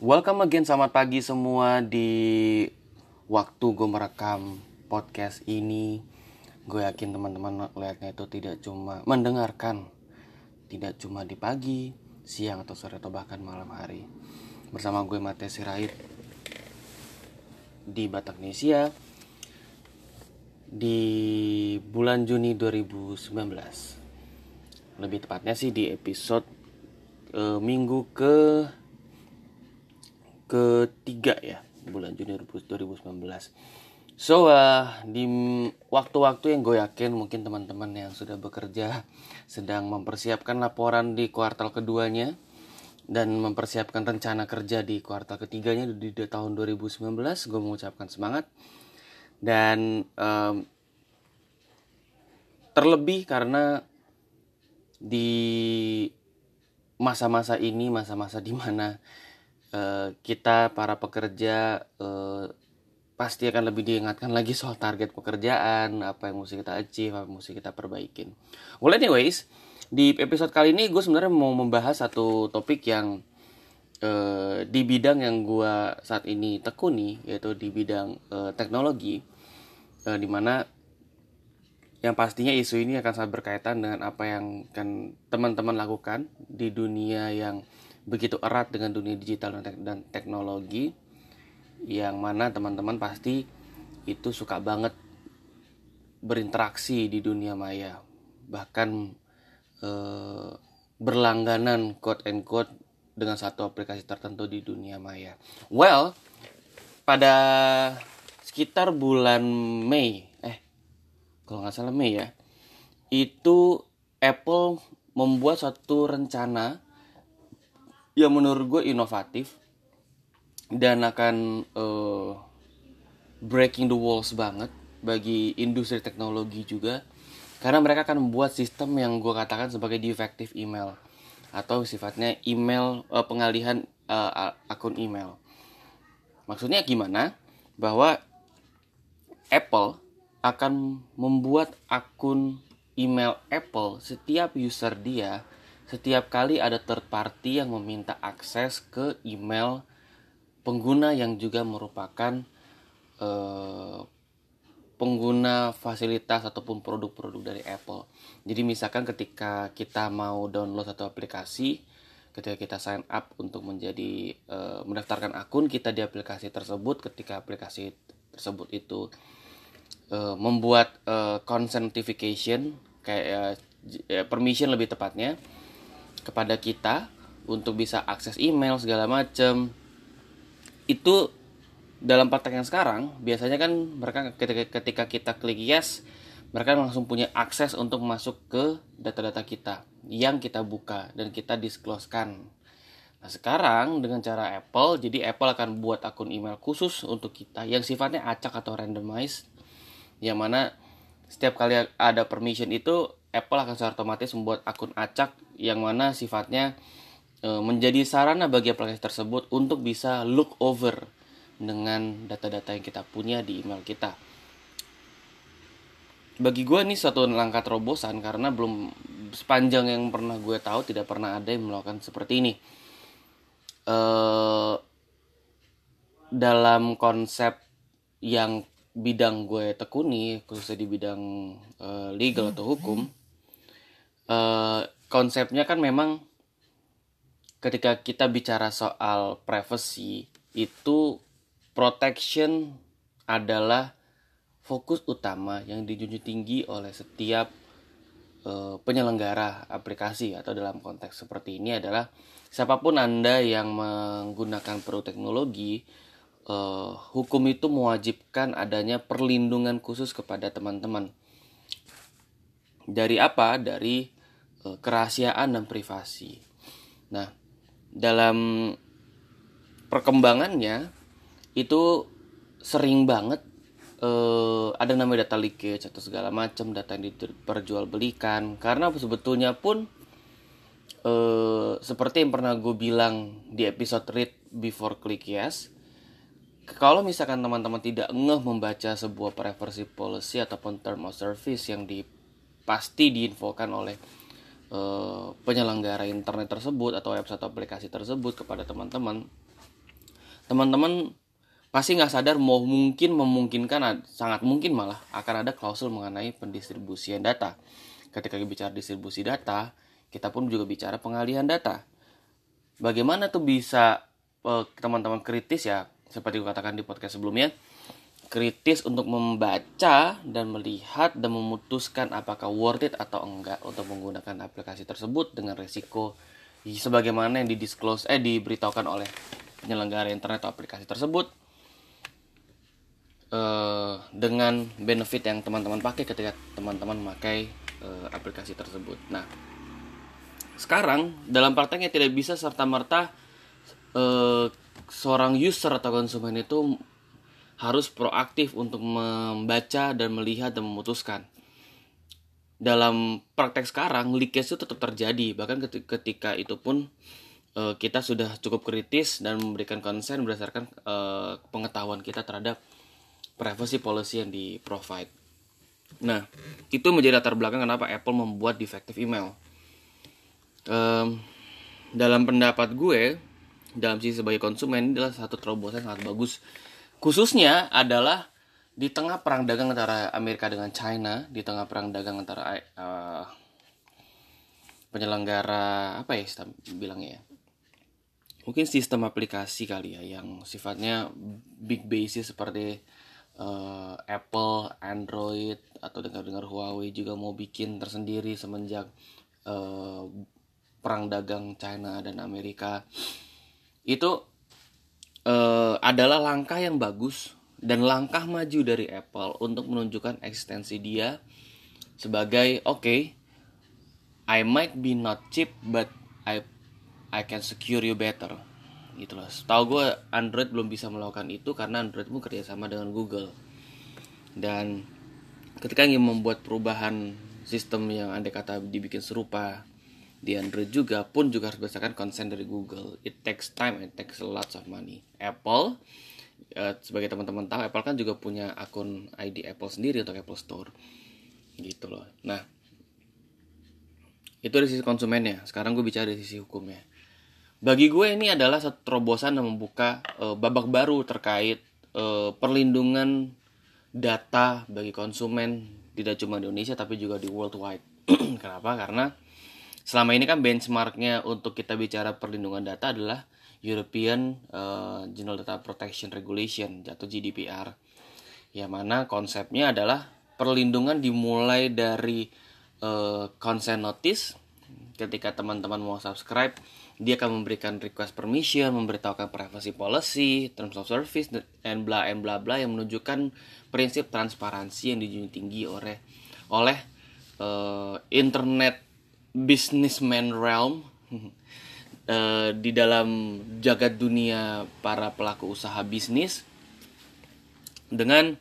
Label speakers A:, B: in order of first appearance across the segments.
A: Welcome again, selamat pagi semua. Di waktu gue merekam podcast ini, gue yakin teman-teman lihatnya itu tidak cuma mendengarkan, tidak cuma di pagi, siang, atau sore, atau bahkan malam hari. Bersama gue Mate Sirait di Bataknesia di bulan Juni 2019. Lebih tepatnya sih di episode minggu ketiga ya, bulan Juni 2019. So di waktu-waktu yang gue yakin mungkin teman-teman yang sudah bekerja sedang mempersiapkan laporan di kuartal keduanya dan mempersiapkan rencana kerja di kuartal ketiganya di tahun 2019, gue mengucapkan semangat. Dan terlebih karena di masa-masa ini, masa-masa di mana kita para pekerja pasti akan lebih diingatkan lagi soal target pekerjaan, apa yang mesti kita achieve, apa yang mesti kita perbaikin. Well, anyways, di episode kali ini gue sebenarnya mau membahas satu topik yang di bidang yang gue saat ini tekuni, yaitu di bidang teknologi, dimana yang pastinya isu ini akan sangat berkaitan dengan apa yang akan teman-teman lakukan di dunia yang begitu erat dengan dunia digital dan teknologi, yang mana teman-teman pasti itu suka banget berinteraksi di dunia maya, bahkan berlangganan quote and quote dengan satu aplikasi tertentu di dunia maya. Well, pada sekitar bulan Mei, kalau nggak salah Mei ya, itu Apple membuat satu rencana yang menurut gue inovatif dan akan breaking the walls banget bagi industri teknologi juga, karena mereka akan membuat sistem yang gue katakan sebagai defective email atau sifatnya email pengalihan akun email. Maksudnya gimana? Bahwa Apple akan membuat akun email Apple setiap user dia setiap kali ada third party yang meminta akses ke email pengguna yang juga merupakan pengguna fasilitas ataupun produk-produk dari Apple. Jadi misalkan ketika kita mau download satu aplikasi, ketika kita sign up untuk menjadi mendaftarkan akun kita di aplikasi tersebut, ketika aplikasi tersebut itu membuat consentification, kayak permission lebih tepatnya, kepada kita untuk bisa akses email segala macam. Itu dalam praktek yang sekarang biasanya kan mereka ketika kita klik yes, mereka langsung punya akses untuk masuk ke data-data kita yang kita buka dan kita disclosekan. Nah sekarang dengan cara Apple, jadi Apple akan buat akun email khusus untuk kita yang sifatnya acak atau randomized, yang mana setiap kali ada permission itu Apple akan secara otomatis membuat akun acak yang mana sifatnya menjadi sarana bagi aplikasi tersebut untuk bisa look over dengan data-data yang kita punya di email kita. Bagi gue ini suatu langkah terobosan karena belum sepanjang yang pernah gue tahu tidak pernah ada yang melakukan seperti ini. Dalam konsep yang bidang gue tekuni, khususnya di bidang legal atau hukum, konsepnya kan memang ketika kita bicara soal privacy, itu protection adalah fokus utama yang dijunjung tinggi oleh setiap penyelenggara aplikasi, atau dalam konteks seperti ini adalah siapapun Anda yang menggunakan produk teknologi, hukum itu mewajibkan adanya perlindungan khusus kepada teman-teman. Dari apa? Dari kerahasiaan dan privasi. Nah, dalam perkembangannya itu sering banget ada namanya data leakage atau segala macam data yang diperjualbelikan, karena sebetulnya pun seperti yang pernah gue bilang di episode read before click yes, kalau misalkan teman-teman tidak ngeh membaca sebuah privacy policy ataupun term of service yang pasti diinfokan oleh penyelenggara internet tersebut atau website atau aplikasi tersebut kepada teman-teman, teman-teman pasti nggak sadar memungkinkan sangat mungkin malah akan ada klausul mengenai pendistribusian data. Ketika bicara distribusi data, kita pun juga bicara pengalihan data. Bagaimana tuh bisa teman-teman kritis ya, seperti gue katakan di podcast sebelumnya, kritis untuk membaca dan melihat dan memutuskan apakah worth it atau enggak untuk menggunakan aplikasi tersebut dengan resiko sebagaimana yang diberitahukan oleh penyelenggara internet atau aplikasi tersebut, dengan benefit yang teman-teman pakai ketika teman-teman memakai aplikasi tersebut. Nah, sekarang dalam prakteknya tidak bisa serta-merta seorang user atau konsumen itu harus proaktif untuk membaca dan melihat dan memutuskan. Dalam praktek sekarang, leakage itu tetap terjadi. Bahkan ketika itu pun kita sudah cukup kritis dan memberikan konsen berdasarkan pengetahuan kita terhadap privacy policy yang di-provide. Nah, itu menjadi latar belakang kenapa Apple membuat defective email. Dalam pendapat gue, dalam sisi sebagai konsumen, ini adalah satu terobosan sangat bagus. Khususnya adalah di tengah perang dagang antara Amerika dengan China, di tengah perang dagang antara penyelenggara bilangnya ya, mungkin sistem aplikasi kali ya, yang sifatnya big basis seperti Apple, Android, atau dengar-dengar Huawei juga mau bikin tersendiri semenjak perang dagang China dan Amerika. Itu adalah langkah yang bagus dan langkah maju dari Apple untuk menunjukkan eksistensi dia sebagai I might be not cheap but I can secure you better. Gitu loh. Setahu gue Android belum bisa melakukan itu karena Android pun kerjasama dengan Google. Dan ketika ingin membuat perubahan sistem yang andai kata dibikin serupa di Android juga harus berdasarkan consent dari Google. It takes time and takes a lot of money. Apple, sebagai teman-teman tahu, Apple kan juga punya akun ID Apple sendiri untuk Apple Store. Gitu loh. Nah, itu dari sisi konsumennya. Sekarang gue bicara dari sisi hukumnya. Bagi gue ini adalah satu terobosan yang membuka babak baru terkait perlindungan data bagi konsumen, tidak cuma di Indonesia tapi juga di worldwide. Kenapa? Karena selama ini kan benchmarknya untuk kita bicara perlindungan data adalah European General Data Protection Regulation atau GDPR, yang mana konsepnya adalah perlindungan dimulai dari consent notice. Ketika teman-teman mau subscribe, dia akan memberikan request permission, memberitahukan privacy policy, terms of service, and bla yang menunjukkan prinsip transparansi yang dijunjung tinggi oleh internet businessman realm di dalam jagat dunia para pelaku usaha bisnis, dengan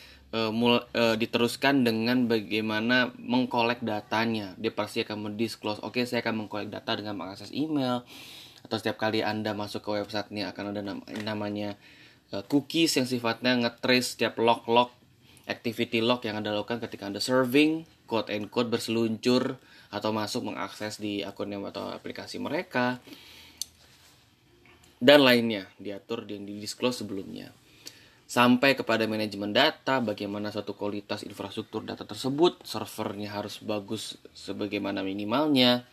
A: diteruskan dengan bagaimana mengkolek datanya. Dia pasti akan mendisclose, saya akan mengkolek data dengan mengakses email, atau setiap kali Anda masuk ke websitenya akan ada namanya cookies yang sifatnya nge-trace setiap log activity log yang Anda lakukan ketika Anda surfing, quote and quote, berseluncur atau masuk mengakses di akunnya atau aplikasi mereka, dan lainnya diatur yang di-disclose sebelumnya. Sampai kepada manajemen data, bagaimana suatu kualitas infrastruktur data tersebut, servernya harus bagus sebagaimana minimalnya,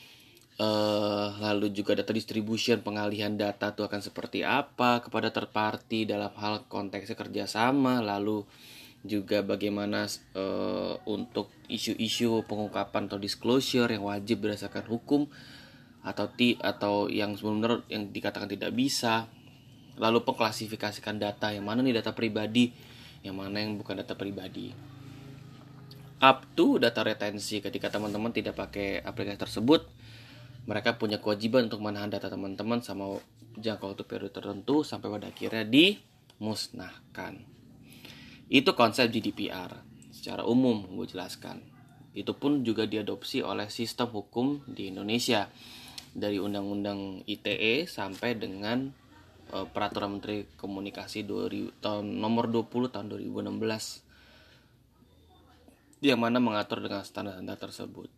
A: lalu juga data distribution, pengalihan data itu akan seperti apa kepada third party dalam hal konteksnya kerjasama, lalu juga bagaimana untuk isu-isu pengungkapan atau disclosure yang wajib berdasarkan hukum atau yang sebenarnya yang dikatakan tidak bisa. Lalu pengklasifikasikan data, yang mana nih data pribadi, yang mana yang bukan data pribadi. Up to data retensi, ketika teman-teman tidak pakai aplikasi tersebut, mereka punya kewajiban untuk menahan data teman-teman sama jangka waktu periode tertentu sampai pada akhirnya dimusnahkan. Itu konsep GDPR secara umum gue jelaskan. Itu pun juga diadopsi oleh sistem hukum di Indonesia, dari Undang-Undang ITE sampai dengan Peraturan Menteri Komunikasi nomor 20 tahun 2016, yang mana mengatur dengan standar-standar tersebut.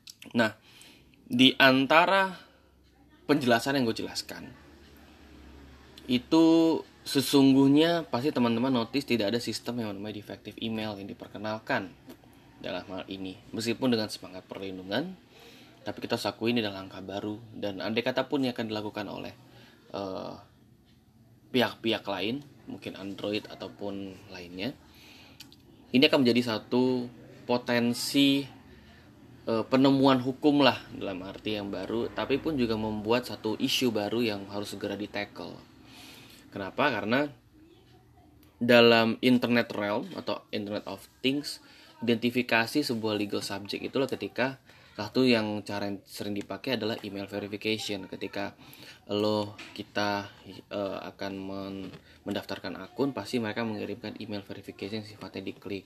A: Nah, di antara penjelasan yang gue jelaskan, itu sesungguhnya pasti teman-teman notice tidak ada sistem yang namanya defective email yang diperkenalkan dalam hal ini. Meskipun dengan semangat perlindungan, tapi kita harus akui ini adalah langkah baru, dan andai kata pun yang akan dilakukan oleh uh, pihak-pihak lain, mungkin Android ataupun lainnya, ini akan menjadi satu potensi penemuan hukum lah dalam arti yang baru, tapi pun juga membuat satu isu baru yang harus segera di-tackle. Kenapa? Karena dalam internet realm atau internet of things, identifikasi sebuah legal subject itulah ketika satu yang cara yang sering dipakai adalah email verification. Ketika kita akan mendaftarkan akun, pasti mereka mengirimkan email verification sifatnya diklik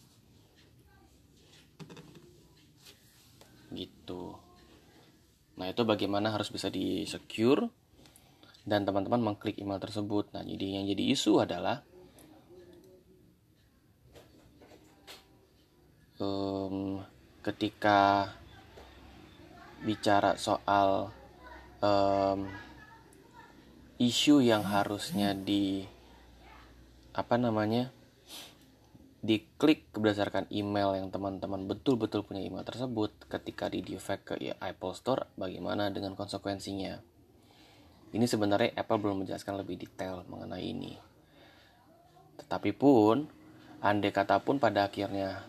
A: gitu. Nah, itu bagaimana harus bisa di secure dan teman-teman mengklik email tersebut. Nah, jadi yang jadi isu adalah ketika bicara soal isu yang harusnya diklik berdasarkan email yang teman-teman betul-betul punya email tersebut, ketika di defect ke Apple Store, bagaimana dengan konsekuensinya? Ini sebenarnya Apple belum menjelaskan lebih detail mengenai ini. Tetapi pun, andai kata pun pada akhirnya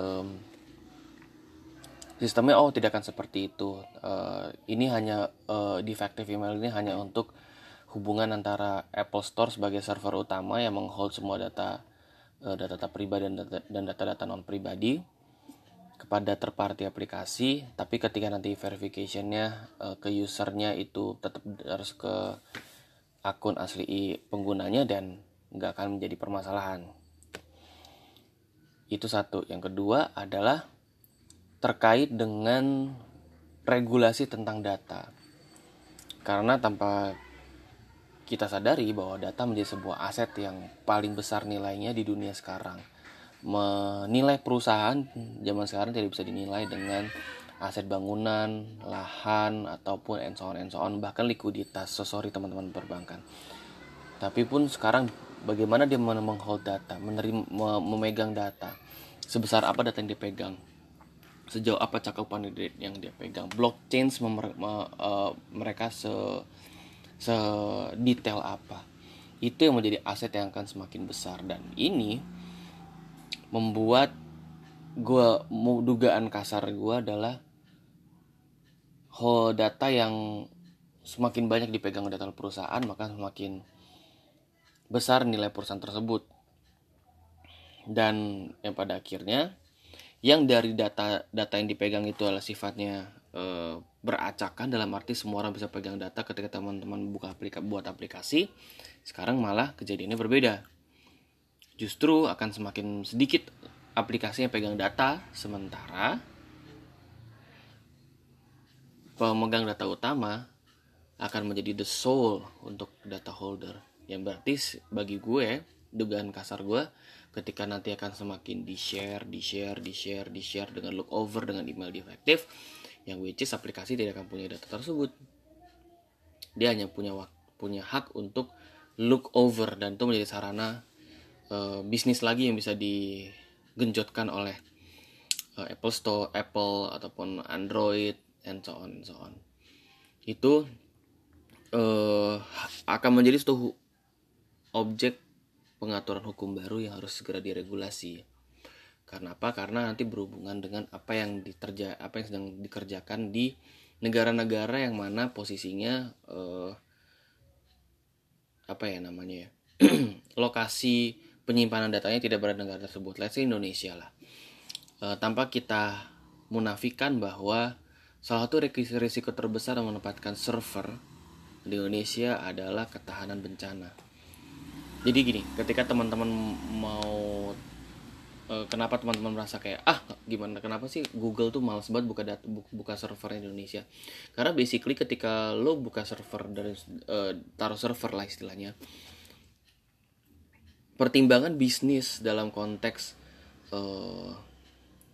A: sistemnya tidak akan seperti itu. Ini hanya defective email ini hanya untuk hubungan antara Apple Store sebagai server utama yang menghold semua data pribadi dan data-data non pribadi kepada third party aplikasi. Tapi ketika nanti verificationnya ke usernya itu tetap harus ke akun asli penggunanya dan nggak akan menjadi permasalahan. Itu satu. Yang kedua adalah terkait dengan regulasi tentang data. Karena tanpa kita sadari bahwa data menjadi sebuah aset yang paling besar nilainya di dunia sekarang. Menilai perusahaan zaman sekarang tidak bisa dinilai dengan aset bangunan, lahan, ataupun and so on, bahkan likuiditas. Sorry teman-teman perbankan. Tapi pun sekarang bagaimana dia menghold data, memegang data, sebesar apa data yang dipegang, sejauh apa cakupan yang dia pegang, blockchain mereka sedetail apa. Itu yang menjadi aset yang akan semakin besar, dan ini membuat dugaan kasar gue adalah whole data yang semakin banyak dipegang data perusahaan, maka semakin besar nilai perusahaan tersebut. Dan yang pada akhirnya yang dari data yang dipegang itu adalah sifatnya beracakan, dalam arti semua orang bisa pegang data ketika teman-teman buat aplikasi. Sekarang malah kejadiannya berbeda. Justru akan semakin sedikit aplikasi yang pegang data, sementara pemegang data utama akan menjadi the soul untuk data holder. Yang berarti bagi gue, dugaan kasar gue, ketika nanti akan semakin di-share dengan look over, dengan email defektif, yang which is aplikasi tidak akan punya data tersebut. Dia hanya punya hak untuk look over, dan itu menjadi sarana bisnis lagi yang bisa digenjotkan oleh Apple Store, Apple ataupun Android, and so on. Itu akan menjadi suatu objek pengaturan hukum baru yang harus segera diregulasi. Karena apa? Karena nanti berhubungan dengan apa yang sedang dikerjakan di negara-negara yang mana posisinya lokasi penyimpanan datanya tidak berada di negara tersebut. Let's say Indonesia lah. Tanpa kita munafikan bahwa salah satu risiko terbesar yang menempatkan server di Indonesia adalah ketahanan bencana. Jadi gini, ketika teman-teman mau kenapa teman-teman merasa kayak gimana, kenapa sih Google tuh malas banget buka server Indonesia? Karena basically ketika lo buka server dari taruh server lah istilahnya, pertimbangan bisnis dalam konteks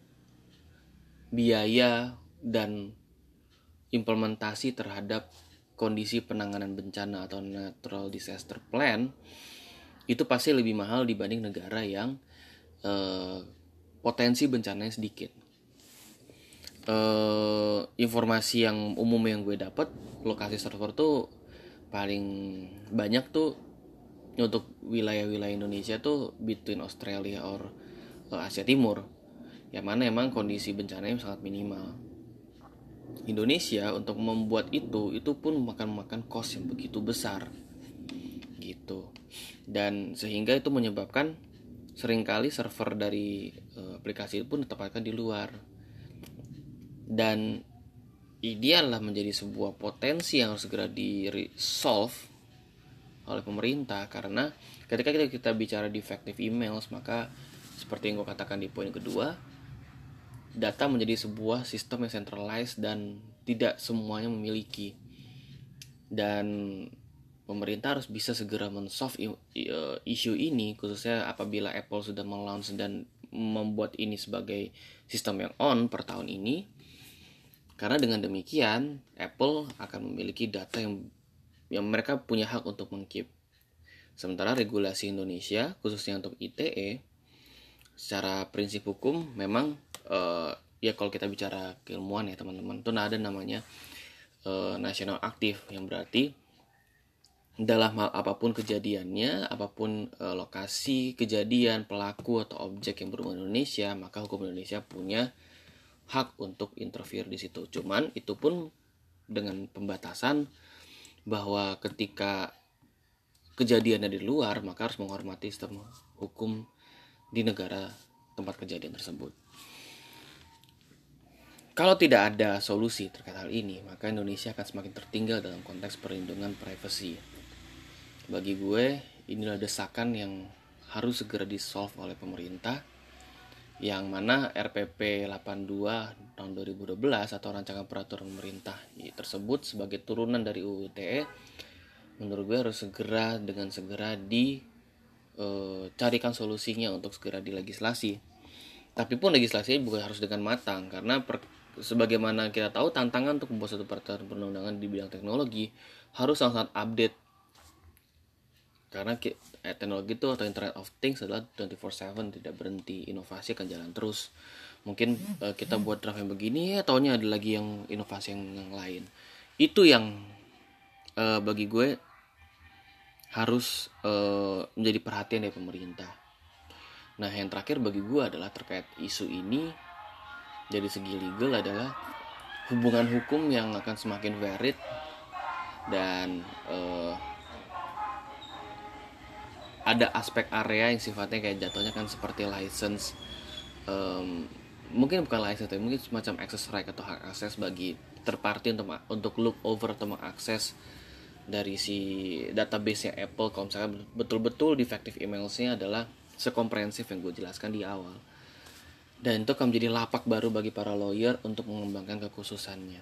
A: biaya dan implementasi terhadap kondisi penanganan bencana atau natural disaster plan itu pasti lebih mahal dibanding negara yang potensi bencananya sedikit. Informasi yang umum yang gue dapat, lokasi server tuh paling banyak tuh untuk wilayah-wilayah Indonesia tuh between Australia or Asia Timur, yang mana emang kondisi bencananya sangat minimal. Indonesia untuk membuat itu pun makan cost yang begitu besar gitu, dan sehingga itu menyebabkan seringkali server dari aplikasi pun ditempatkan di luar, dan ideal lah menjadi sebuah potensi yang harus segera di resolve oleh pemerintah. Karena ketika kita bicara defective emails, maka seperti yang gue katakan di poin kedua, data menjadi sebuah sistem yang centralized dan tidak semuanya memiliki, dan pemerintah harus bisa segera men-solve isu ini, khususnya apabila Apple sudah melaunch dan membuat ini sebagai sistem yang on per tahun ini. Karena dengan demikian Apple akan memiliki data yang mereka punya hak untuk meng-keep. Sementara regulasi Indonesia khususnya untuk ITE secara prinsip hukum memang ya kalau kita bicara keilmuan ya teman-teman, itu ada namanya national active, yang berarti dalam hal apapun kejadiannya, apapun lokasi kejadian, pelaku atau objek yang berhubungan Indonesia, maka hukum Indonesia punya hak untuk interfere di situ. Cuman itu pun dengan pembatasan bahwa ketika kejadiannya di luar, maka harus menghormati sistem hukum di negara tempat kejadian tersebut. Kalau tidak ada solusi terkait hal ini, maka Indonesia akan semakin tertinggal dalam konteks perlindungan privasi. Bagi gue, inilah desakan yang harus segera di-solve oleh pemerintah, yang mana RPP 82 tahun 2012 atau rancangan peraturan pemerintah tersebut sebagai turunan dari UU ITE, menurut gue harus segera dicarikan solusinya untuk segera dilegislasi. Tapi pun legislasinya bukan harus dengan matang, karena sebagaimana kita tahu, tantangan untuk membuat satu peraturan perundang-undangan di bidang teknologi harus sangat update, karena teknologi itu atau Internet of Things adalah 24/7, tidak berhenti, inovasi akan jalan terus. Mungkin kita buat draft yang begini, taunya ada lagi yang inovasi yang lain. Itu yang bagi gue harus menjadi perhatian dari pemerintah. Nah, yang terakhir bagi gue adalah terkait isu ini dari segi legal adalah hubungan hukum yang akan semakin varied, dan ada aspek area yang sifatnya kayak jatuhnya kan seperti license, mungkin bukan license tapi mungkin semacam access right atau hak akses bagi third party untuk look over atau mengakses dari si database-nya Apple kalau misalkan betul-betul defective emails-nya adalah sekomprehensif yang gue jelaskan di awal. Dan itu akan menjadi lapak baru bagi para lawyer untuk mengembangkan kekhususannya.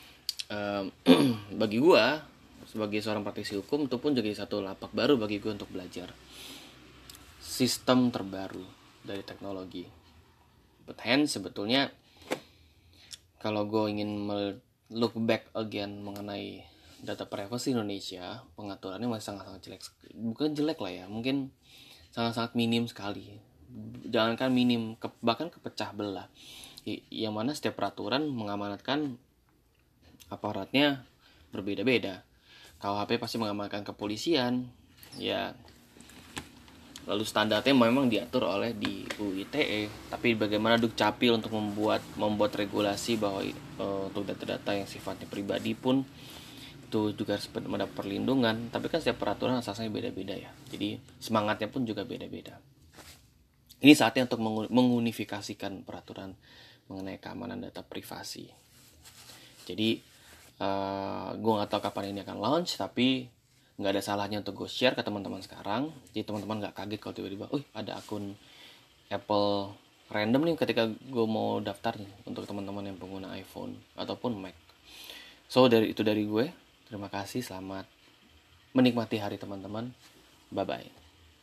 A: Bagi gue sebagai seorang praktisi hukum, itu pun jadi satu lapak baru bagi gue untuk belajar sistem terbaru dari teknologi. But hence sebetulnya kalau gue ingin look back again mengenai data privacy Indonesia, pengaturannya masih sangat-sangat jelek. Bukan jelek lah ya, mungkin sangat-sangat minim sekali. Jangankan minim, bahkan kepecah belah. Yang mana setiap peraturan mengamanatkan aparatnya berbeda-beda. KUHP pasti mengamanatkan kepolisian, ya. Lalu standarnya memang diatur oleh di UU ITE, tapi bagaimana Dukcapil untuk membuat regulasi bahwa untuk data-data yang sifatnya pribadi pun itu juga harus mendapat perlindungan. Tapi kan setiap peraturan asasnya beda-beda ya, jadi semangatnya pun juga beda-beda. Ini saatnya untuk mengunifikasikan peraturan mengenai keamanan data privasi. Jadi gue gak tahu kapan ini akan launch, tapi gak ada salahnya untuk gue share ke teman-teman sekarang. Jadi teman-teman gak kaget kalau tiba-tiba ada akun Apple random nih ketika gue mau daftar nih untuk teman-teman yang pengguna iPhone ataupun Mac. So dari gue, terima kasih, selamat menikmati hari teman-teman, bye bye.